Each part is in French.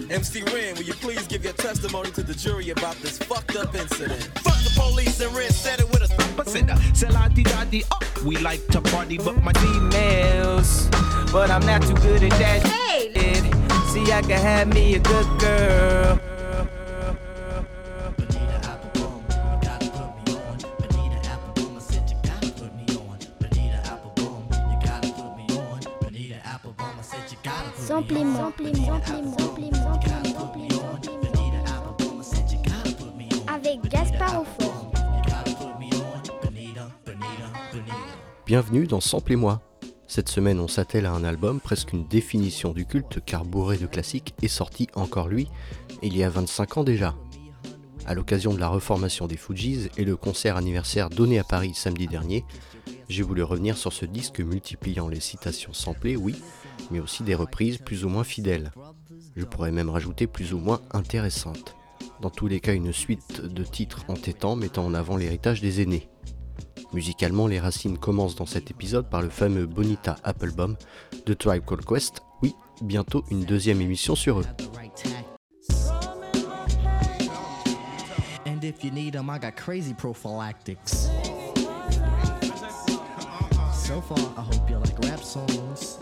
MC Ren, will you please give your testimony to the jury about this fucked up incident? Fuck the police and Ren said it with a we like to party, but my emails. But I'm not too good at that. Hey! See, I can have me a good girl. Avec Gaspard Aufort. Bienvenue dans Samplez-moi. Cette semaine, on s'attelle à un album, presque une définition du culte, car bourré de classiques, est sorti, encore lui, il y a 25 ans déjà. À l'occasion de la reformation des Fugees et le concert anniversaire donné à Paris samedi dernier, j'ai voulu revenir sur ce disque multipliant les citations samplées, oui, mais aussi des reprises plus ou moins fidèles. Je pourrais même rajouter plus ou moins intéressantes. Dans tous les cas, une suite de titres entêtants mettant en avant l'héritage des aînés. Musicalement, les racines commencent dans cet épisode par le fameux Bonita Applebum de Tribe Called Quest. Oui, bientôt une deuxième émission sur eux. And if you need them, I got crazy prophylactics. So far, I hope you like rap songs.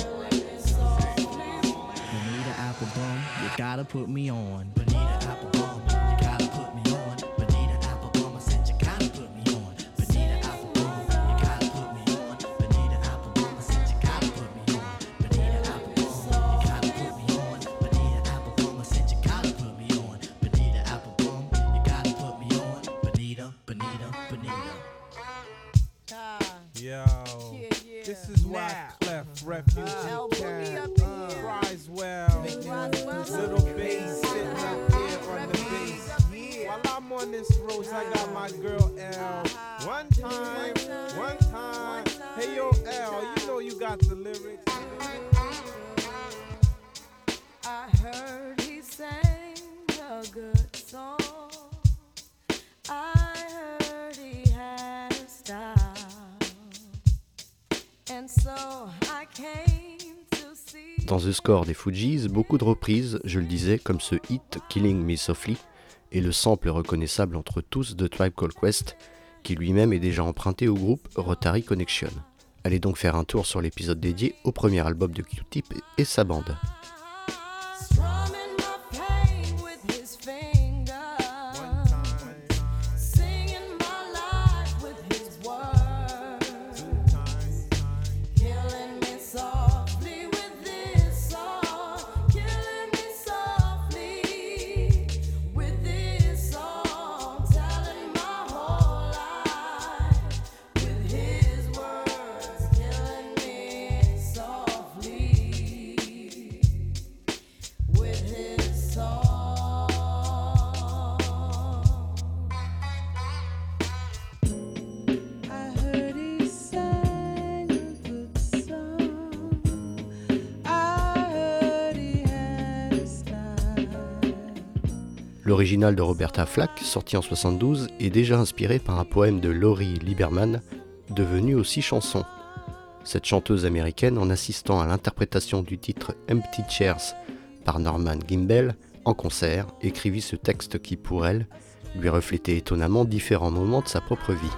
Bonita Applebum, you gotta put me on. Bonita Applebum, you gotta put me on. Bonita Applebum, I said you gotta put me on. Bonita Applebum, you gotta put me on. Bonita Applebum, I said you gotta put me on. Bonita Applebum, you gotta put me on. Bonita Applebum, I said you gotta put me on. Bonita Applebum, you gotta put me on. Bonita, Bonita, Bonita. Yo, this is why Clef, Refugee Cat, Criswell, Little Bass sitting up here on the bass. While I'm on this roast, I got my girl L. One time, hey yo L, you know you got the lyrics. I heard he sang a good song. I heard he had a style. Dans The Score des Fugees, beaucoup de reprises, je le disais, comme ce hit Killing Me Softly, et le sample reconnaissable entre tous de Tribe Called Quest, qui lui-même est déjà emprunté au groupe Rotary Connection. Allez donc faire un tour sur l'épisode dédié au premier album de Q-Tip et sa bande. L'original de Roberta Flack, sorti en 1972, est déjà inspiré par un poème de Laurie Lieberman, devenu aussi chanson. Cette chanteuse américaine, en assistant à l'interprétation du titre Empty Chairs par Norman Gimbel en concert, écrivit ce texte qui, pour elle, lui reflétait étonnamment différents moments de sa propre vie.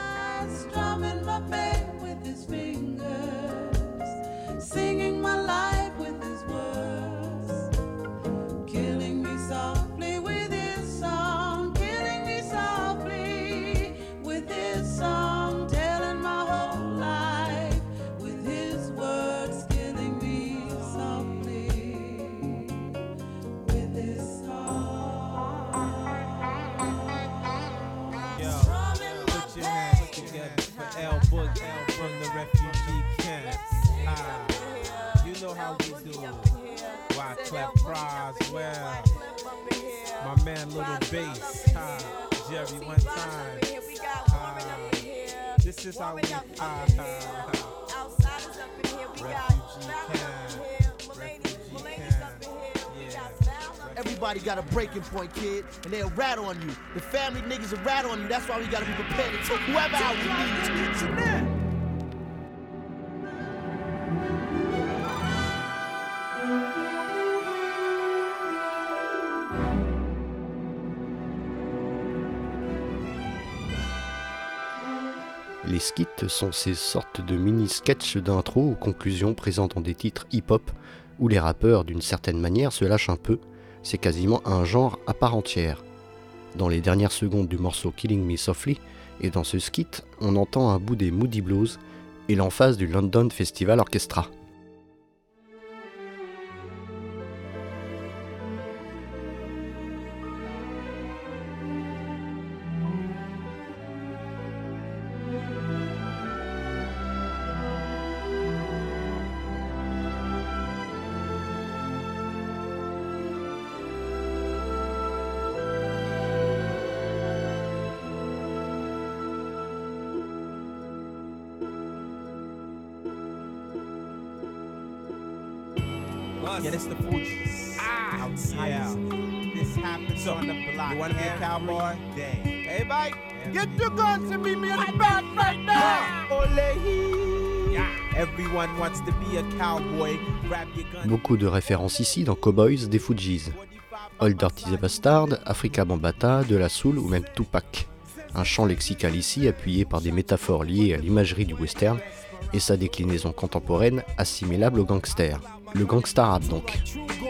My man Little Bass, Jerry one time. This is how we Refugee Everybody got a breaking point, kid, and they'll rat on you. The family niggas will rat on you. That's why we gotta be prepared to take whoever out we need. Les skits sont ces sortes de mini-sketchs d'intro ou conclusion présents dans des titres hip-hop où les rappeurs, d'une certaine manière, se lâchent un peu. C'est quasiment un genre à part entière. Dans les dernières secondes du morceau Killing Me Softly, et dans ce skit, on entend un bout des Moody Blues et l'emphase du London Festival Orchestra. Yeah, this the Fugees. Yeah. This happens on the block. You wanna be a cowboy? Day. Hey, Mike, get your guns and meet me in the back right now. Ole. Yeah. Everyone wants to be a cowboy. Grab your gun. Beaucoup de références ici dans Cowboys des Fugees. Old Dirty Bastard, Afrika Bambaataa, De La Soul ou même Tupac. Un champ lexical ici appuyé par des métaphores liées à l'imagerie du western et sa déclinaison contemporaine assimilable au gangster. Le gangsta rap donc.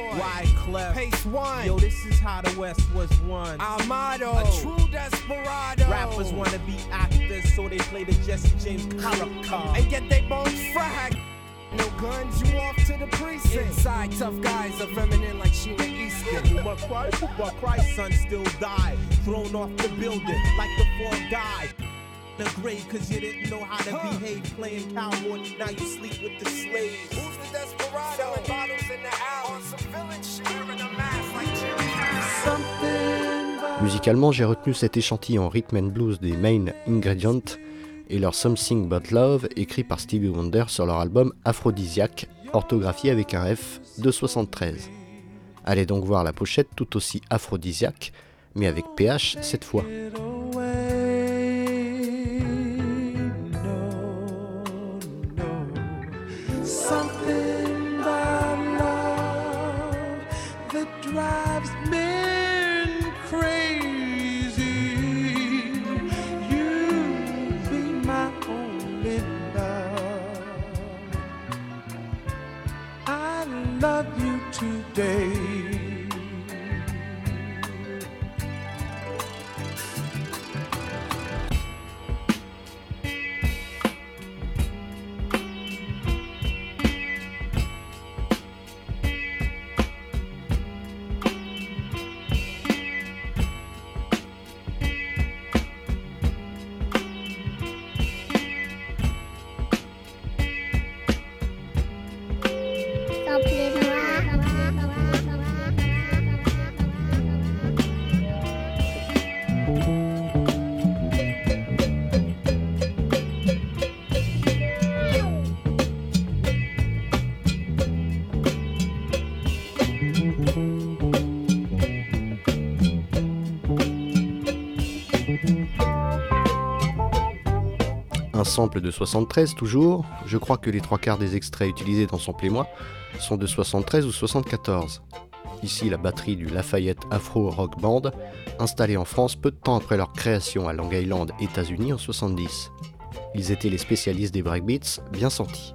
Yo, this is how the West was won. Our motto, a true desperado. Rappers wanna be actors, so they play the Jesse James character and get their bones fragged. No guns, you off to the precinct. Inside, tough guys are feminine like Sheena Easton. But Christ, son, still died. Thrown off the building like the fourth guy. The grave cause you didn't know how to behave. Playing cowboy, now you sleep with the slaves. Who's the desperado? Selling bottles in the alley. On some village shit, wearing a mask like Jerry Something. Musicalement, j'ai retenu cet échantillon rhythm and blues des Main Ingredient et leur Something But Love, écrit par Stevie Wonder sur leur album Aphrodisiaque, orthographié avec un F, de 73. Allez donc voir la pochette tout aussi aphrodisiaque, mais avec PH cette fois. Something about love that drives men crazy. You be my only love. I love you today. Un sample de 73 toujours, je crois que les trois quarts des extraits utilisés dans Samplez-moi sont de 73 ou 74. Ici la batterie du Lafayette Afro Rock Band, installée en France peu de temps après leur création à Long Island, États-Unis en 70. Ils étaient les spécialistes des breakbeats, bien sentis.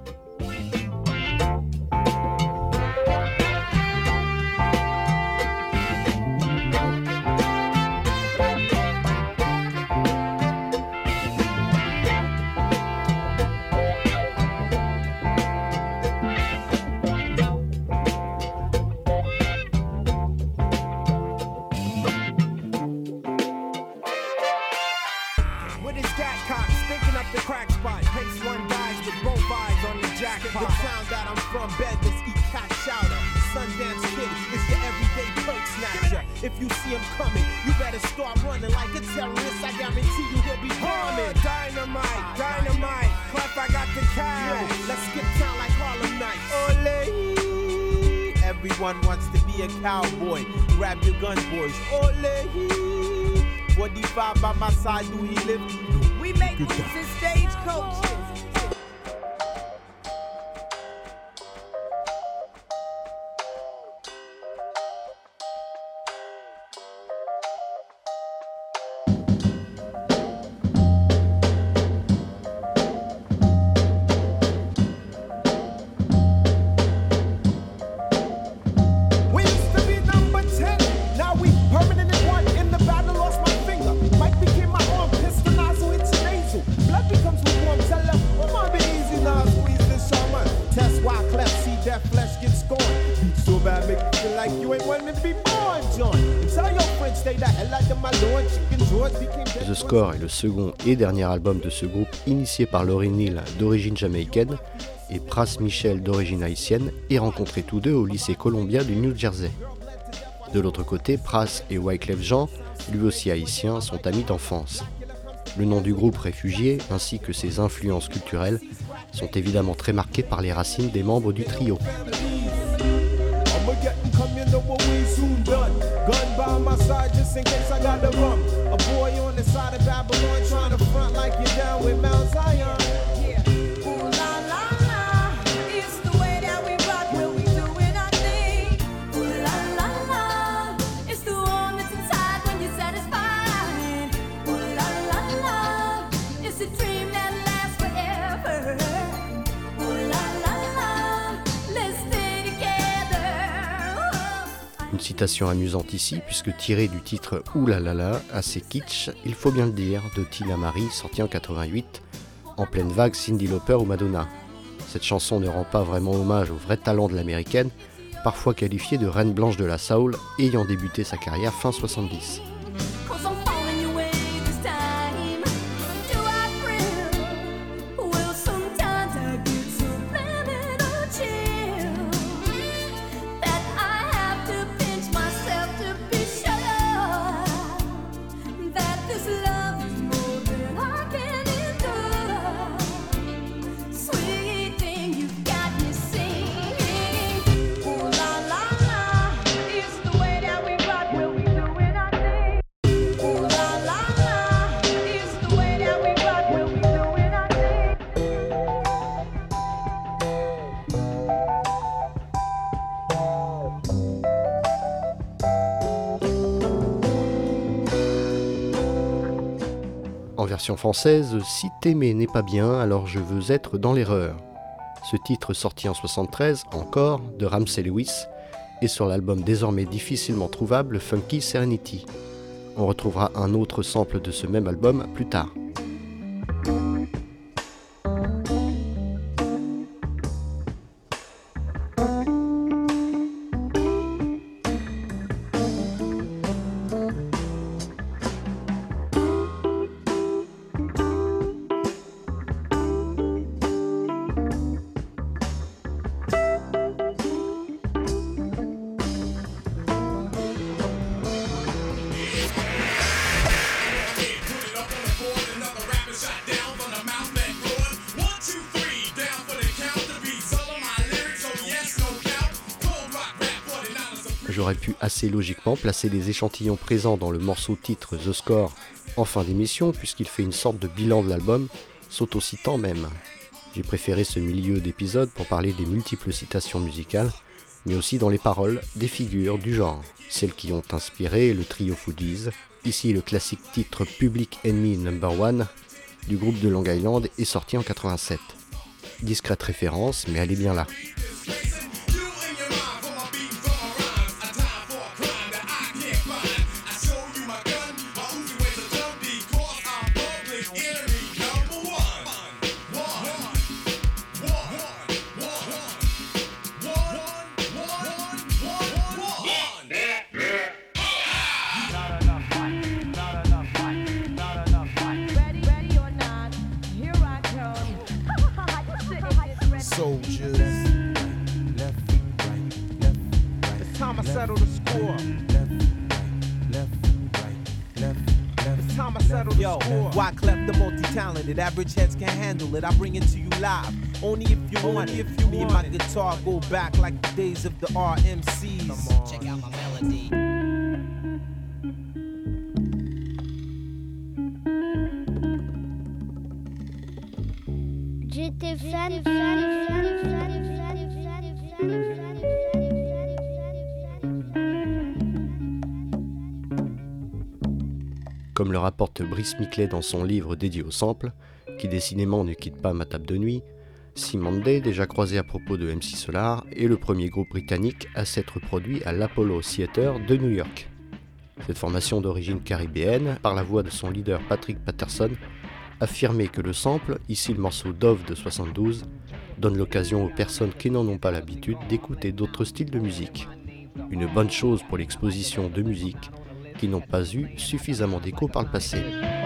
If you see him coming, you better start running like a terrorist. I guarantee you he'll be bombing. Dynamite, dynamite. Clef, I got the cash. Yo, let's skip town like Harlem Nights. Ole. Everyone wants to be a cowboy. Grab your gun, boys. Ole. 45 by my side, do he live? We make moves in stagecoaches. like you ain't wanting to be born, John. Tell your friends stay the hell out of my lawn. Chicken George became The Score est le second et dernier album de ce groupe initié par Lauryn Hill d'origine jamaïcaine et Pras Michel d'origine haïtienne et rencontrés tous deux au lycée Columbia du New Jersey. De l'autre côté, Pras et Wyclef Jean, lui aussi haïtien, sont amis d'enfance. Le nom du groupe Réfugiés ainsi que ses influences culturelles sont évidemment très marqués par les racines des membres du trio. Une citation amusante ici, puisque tirée du titre Ouh là là là, assez kitsch, il faut bien le dire, de Tina Marie, sorti en 88, en pleine vague Cyndi Lauper ou Madonna. Cette chanson ne rend pas vraiment hommage au vrai talent de l'américaine, parfois qualifiée de reine blanche de la soul, ayant débuté sa carrière fin 70. En version française, Si t'aimer n'est pas bien, alors je veux être dans l'erreur. Ce titre sorti en 73, encore, de Ramsey Lewis, est sur l'album désormais difficilement trouvable Funky Serenity. On retrouvera un autre sample de ce même album plus tard. J'aurais pu assez logiquement placer les échantillons présents dans le morceau titre The Score en fin d'émission puisqu'il fait une sorte de bilan de l'album, s'autocitant même. J'ai préféré ce milieu d'épisode pour parler des multiples citations musicales, mais aussi dans les paroles des figures du genre, celles qui ont inspiré le trio Fugees, ici le classique titre Public Enemy No. 1 du groupe de Long Island est sorti en 87. Discrète référence, mais elle est bien là. soldiers. Left, right, left, right. It's time I settle the score. Left, right. It's time I settle the score. Wyclef the multi-talented, average heads can't handle it. I bring it to you live, only if you want it. Me and my guitar go back like the days of the RMCs. Come on. Check out my melody. J'étais fan. Comme le rapporte Brice Miclet dans son livre dédié au sample, qui décidément ne quitte pas ma table de nuit, Cymande, déjà croisé à propos de MC Solar, est le premier groupe britannique à s'être produit à l'Apollo Theatre de New York. Cette formation d'origine caribéenne, par la voix de son leader Patrick Patterson, affirmait que le sample, ici le morceau Dove de 72, donne l'occasion aux personnes qui n'en ont pas l'habitude d'écouter d'autres styles de musique. Une bonne chose pour l'exposition de musique qui n'ont pas eu suffisamment d'écho par le passé.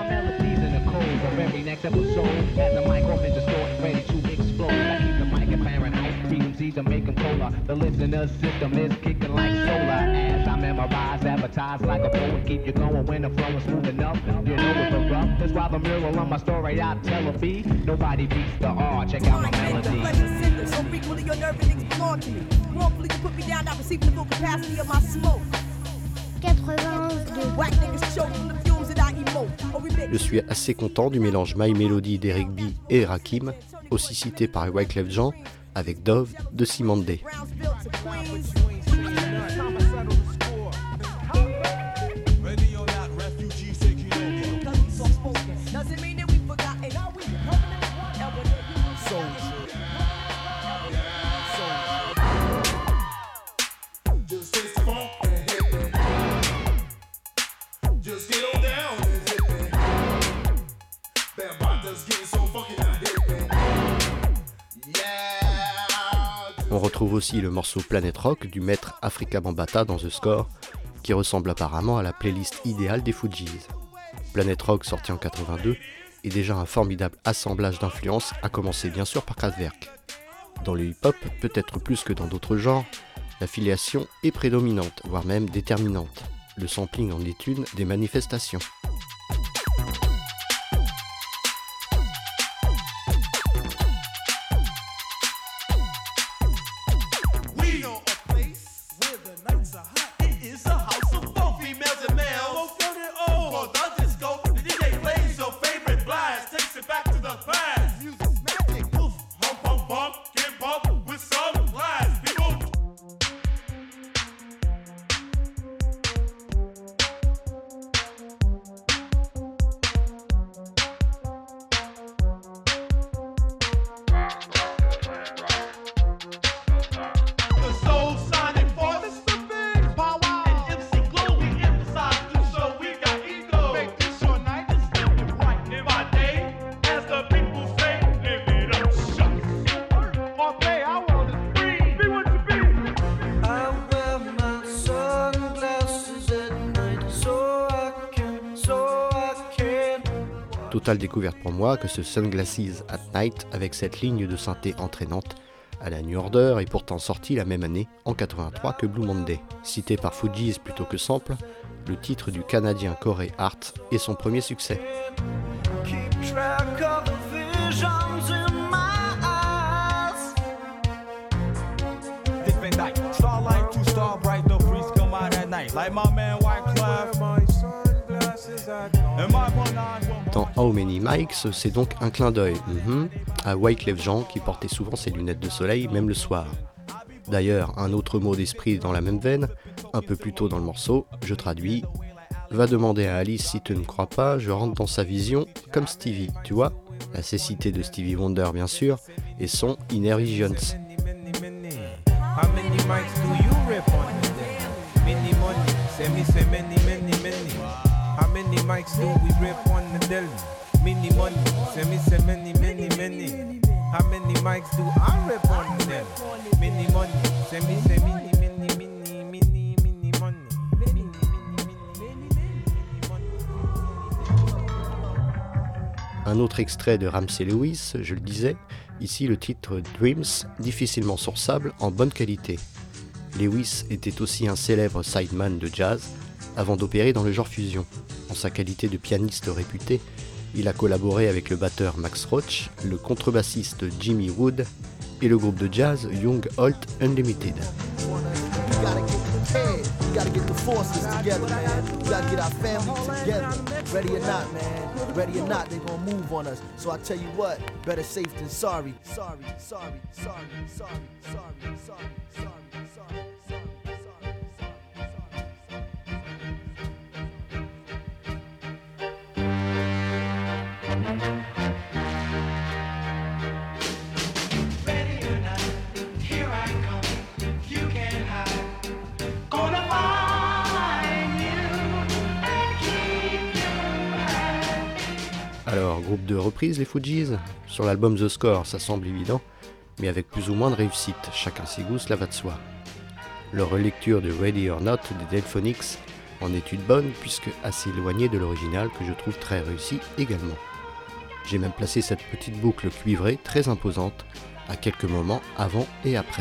To make them cola. The listener system is kicking like solar. As I memorize, advertise like a poet. Keep you going when the flow is smooth enough. You know it's the rough. That's why the mural on my story I tell a B. Nobody beats the R. Check out my melody. So frequently your nerve endings belong to me. Wrongfully you put me down, not receiving the full capacity of my smoke. 91.2. Whack niggas choke from the fumes that I emote. Je suis assez content du mélange My Melody d'Eric B et Rakim, aussi cité par Wyclef Jean, avec Dove de Simone Day. On retrouve aussi le morceau Planet Rock du maître Afrika Bambaataa dans The Score, qui ressemble apparemment à la playlist idéale des Fujis. Planet Rock, sorti en 82, est déjà un formidable assemblage d'influences, à commencer bien sûr par Kraftwerk. Dans le hip-hop, peut-être plus que dans d'autres genres, la filiation est prédominante, voire même déterminante. Le sampling en est une des manifestations. Totale découverte pour moi que ce Sunglasses at Night avec cette ligne de synthé entraînante à la New Order est pourtant sorti la même année, en 83, que Blue Monday. Cité par Fujis plutôt que sample, le titre du Canadien Corey Hart est son premier succès. Dans How Many Mics, c'est donc un clin d'œil à Wyclef Jean qui portait souvent ses lunettes de soleil, même le soir. D'ailleurs, un autre mot d'esprit dans la même veine, un peu plus tôt dans le morceau, je traduis « Va demander à Alice si tu ne crois pas, je rentre dans sa vision comme Stevie, tu vois ?» La cécité de Stevie Wonder bien sûr, et son Inner Visions. How many mics do we rip on the Delhi? Mini money, send me, many. How many mics do I rip on the Delhi? Mini money, send me, mini money. Un autre extrait de Ramsey Lewis, je le disais, ici le titre Dreams, difficilement sourçable en bonne qualité. Lewis était aussi un célèbre sideman de jazz, avant d'opérer dans le genre fusion. En sa qualité de pianiste réputé, il a collaboré avec le batteur Max Roach, le contrebassiste Jimmy Wood et le groupe de jazz Young Alt Unlimited. Alors, groupe de reprise les Fujis, sur l'album The Score ça semble évident, mais avec plus ou moins de réussite, chacun ses goûts, cela va de soi. Leur relecture de Ready or Not des Delphonics en est une bonne puisque assez éloignée de l'original que je trouve très réussi également. J'ai même placé cette petite boucle cuivrée très imposante à quelques moments avant et après.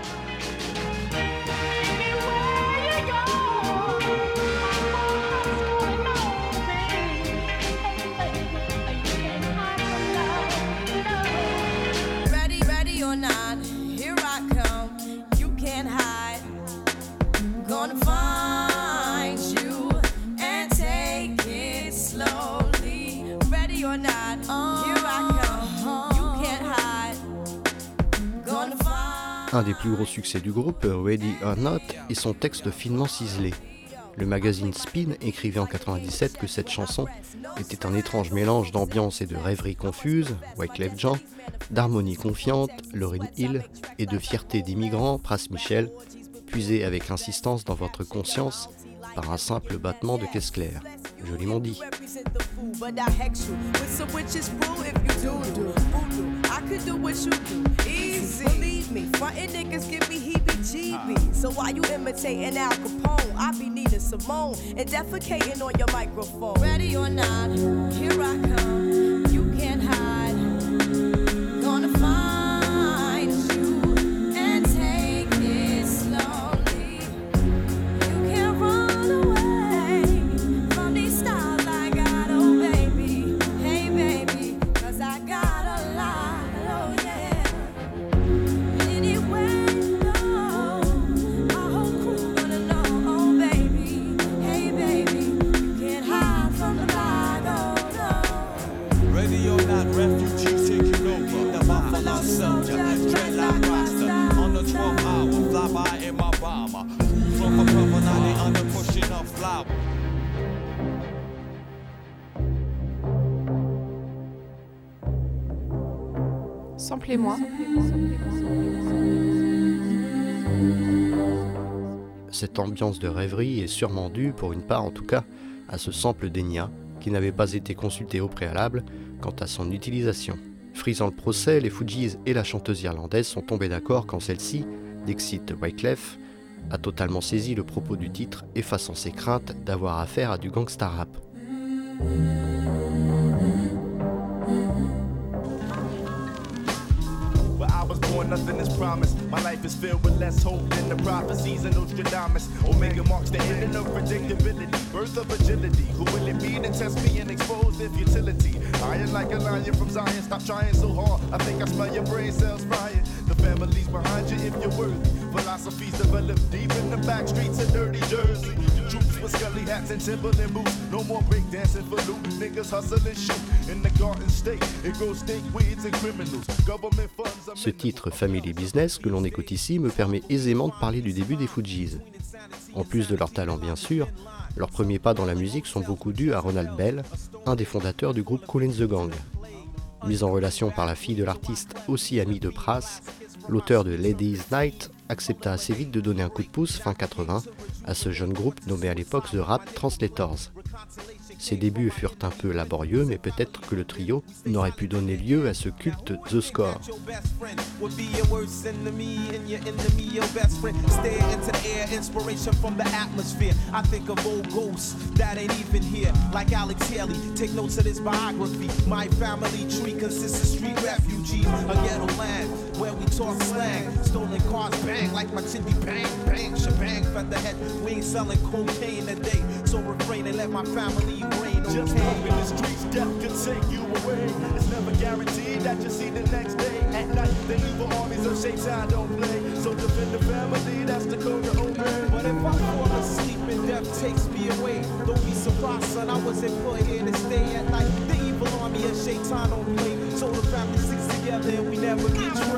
Un des plus gros succès du groupe, Ready or Not, est son texte finement ciselé. Le magazine Spin écrivait en 1997 que cette chanson était un étrange mélange d'ambiance et de rêverie confuse, Wyclef Jean, d'harmonie confiante, Lauryn Hill, et de fierté d'immigrant, Pras Michel, puisée avec insistance dans votre conscience par un simple battement de caisse claire. Joliment dit. Frontin' niggas give me heebie-jeebies. So why you imitating Al Capone? I be needing Simone and defecating on your microphone. Ready or not, here I come. You can't hide. Gonna find you and take it slowly. You can't run away from these styles I got, oh baby. Hey baby, 'cause I got a lot, oh yeah. Refugees taking over the Buffalo Soldier, dreadlock roster on the 12th hour, fly by in my bomber. From above and I under pushing a flower. Samplez-moi. Cette ambiance de rêverie est sûrement due, pour une part en tout cas, à ce sample d'Enya, qui n'avait pas été consulté au préalable quant à son utilisation. Frisant le procès, les Fugees et la chanteuse irlandaise sont tombés d'accord quand celle-ci, dixit Wyclef, a totalement saisi le propos du titre, effaçant ses craintes d'avoir affaire à du gangsta rap. Nothing is promised. My life is filled with less hope than the prophecies of Nostradamus. Omega marks the ending of predictability, birth of agility. Who will it be to test me and expose their futility? Iron like a lion from Zion. Stop trying so hard. I think I smell your brain cells frying. The family's behind you if you're worthy. Philosophies develop deep in the back streets of dirty Jersey. Troops with scully hats and Timberland boots. No more break dancing for loot. Niggas hustle and shoot. In the Garden State, it grows stink weeds and criminals. Government funds. Ce titre Family Business que l'on écoute ici me permet aisément de parler du début des Fugees. En plus de leur talent bien sûr, leurs premiers pas dans la musique sont beaucoup dus à Ronald Bell, un des fondateurs du groupe Kool & the Gang. Mis en relation par la fille de l'artiste aussi amie de Pras, l'auteur de Ladies Night accepta assez vite de donner un coup de pouce fin 80 à ce jeune groupe nommé à l'époque The Rap Translators. Ses débuts furent un peu laborieux, mais peut-être que le trio n'aurait pu donner lieu à ce culte The Score. Where we talk slang, stolen cars bang like my chindy bang, bang, shebang, featherhead. We ain't selling cocaine today, so refrain and let my family reign. Just walk in the streets, death could take you away. It's never guaranteed that you'll see the next day. At night, the evil armies of Shaitan don't play. So defend the family, that's the code to obey. But if I fall asleep and death takes me away, don't be surprised, son, I wasn't put here to stay at night. The evil army of Shaitan don't play. So the family sticks together and we never betray.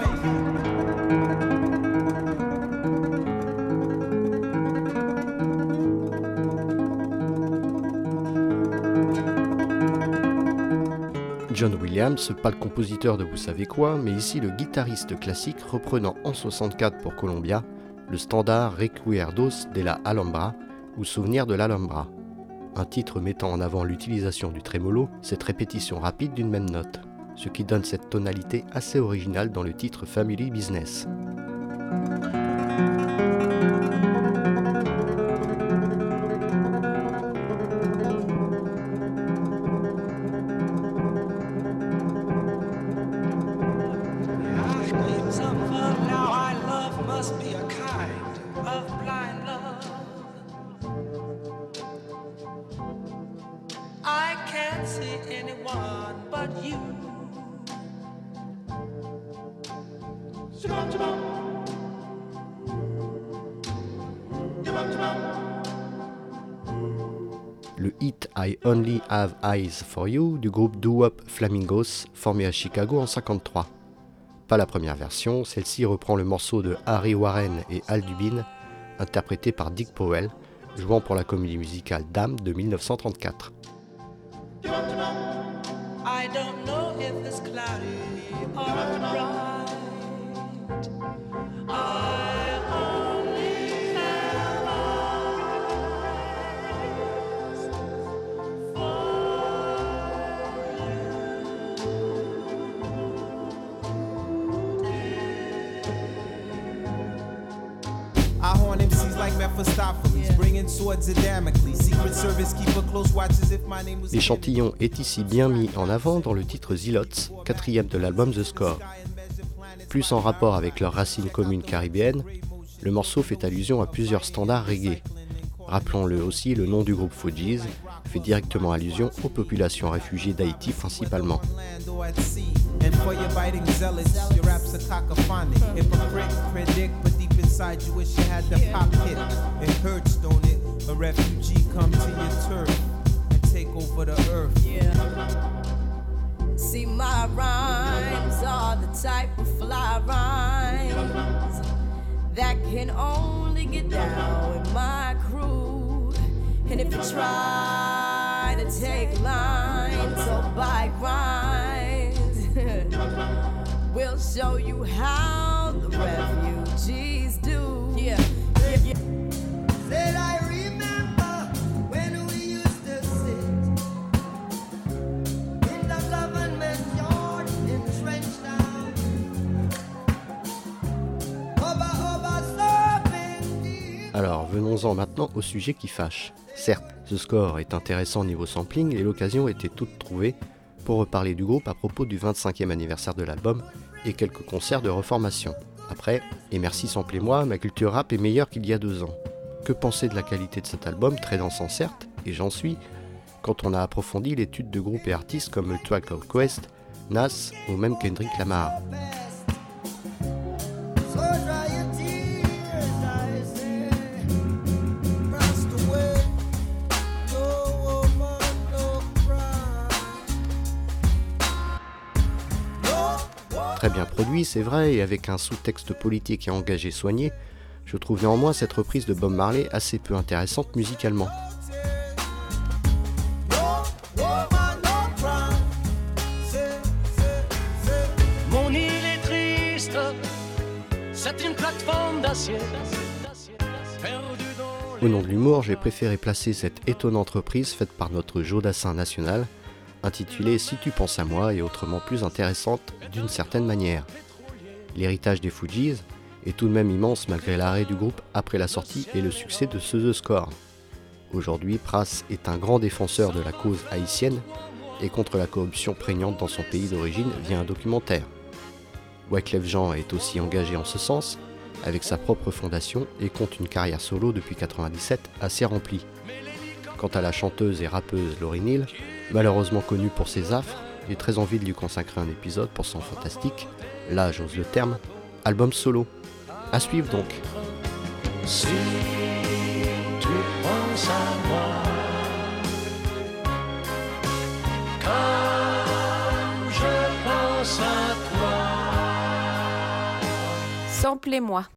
John Williams, pas le compositeur de vous savez quoi, mais ici le guitariste classique reprenant en 64 pour Columbia le standard Recuerdos de la Alhambra ou Souvenir de l'Alhambra, un titre mettant en avant l'utilisation du trémolo, cette répétition rapide d'une même note, ce qui donne cette tonalité assez originale dans le titre Family Business. see anyone but you. Le hit I Only Have Eyes for You du groupe doo-wop Flamingos, formé à Chicago en 1953. Pas la première version, celle-ci reprend le morceau de Harry Warren et Al Dubin, interprété par Dick Powell, jouant pour la comédie musicale Dame de 1934. I don't know if it's cloudy or bright. I only have eyes I horn MCs like Mephistopheles, bringing swords of Damocles. Secret Service keep a close watch as if my name was. L'échantillon est ici bien mis en avant dans le titre Zilots, quatrième de l'album The Score. Plus en rapport avec leurs racines communes caribéennes, le morceau fait allusion à plusieurs standards reggae. Rappelons-le aussi, le nom du groupe Fugees fait directement allusion aux populations réfugiées d'Haïti principalement. And for your biting zealots, your raps are cacophonic. Hypocrite, predict, but deep inside you wish you had the pop hit. It hurts, don't it? A refugee come to your turf and take over the earth. Yeah. See, my rhymes are the type of fly rhymes that can only get down with my crew. And if you try to take lines or buy rhymes, we'll show you how the refugees do. Yeah, yeah, yeah. Said I remember when we used to sit in the government yard in Trenchtown. Alors venons-en maintenant au sujet qui fâche. Certes, The Score est intéressant niveau sampling et l'occasion était toute trouvée pour reparler du groupe à propos du 25e anniversaire de l'album et quelques concerts de reformation. Après, et merci Samplez-moi, ma culture rap est meilleure qu'il y a 2 ans. Que penser de la qualité de cet album, très dansant certes, et j'en suis, quand on a approfondi l'étude de groupes et artistes comme le Tribe Called Quest, Nas ou même Kendrick Lamar. Très bien produit, c'est vrai, et avec un sous-texte politique et engagé soigné, je trouve néanmoins cette reprise de Bob Marley assez peu intéressante musicalement. Mon île est triste, c'est une plateforme d'acier. Au nom de l'humour, j'ai préféré placer cette étonnante reprise faite par notre Jodassin national, intitulée Si tu penses à moi et autrement plus intéressante d'une certaine manière. L'héritage des Fugees est tout de même immense malgré l'arrêt du groupe après la sortie et le succès de ce The Score. Aujourd'hui, Pras est un grand défenseur de la cause haïtienne et contre la corruption prégnante dans son pays d'origine via un documentaire. Wyclef Jean est aussi engagé en ce sens avec sa propre fondation et compte une carrière solo depuis 1997 assez remplie. Quant à la chanteuse et rappeuse Lauryn Hill, malheureusement connue pour ses affres, j'ai très envie de lui consacrer un épisode pour son fantastique, là j'ose le terme, album solo. À suivre donc. Si tu penses à moi, comme je pense à toi. Samplez-moi.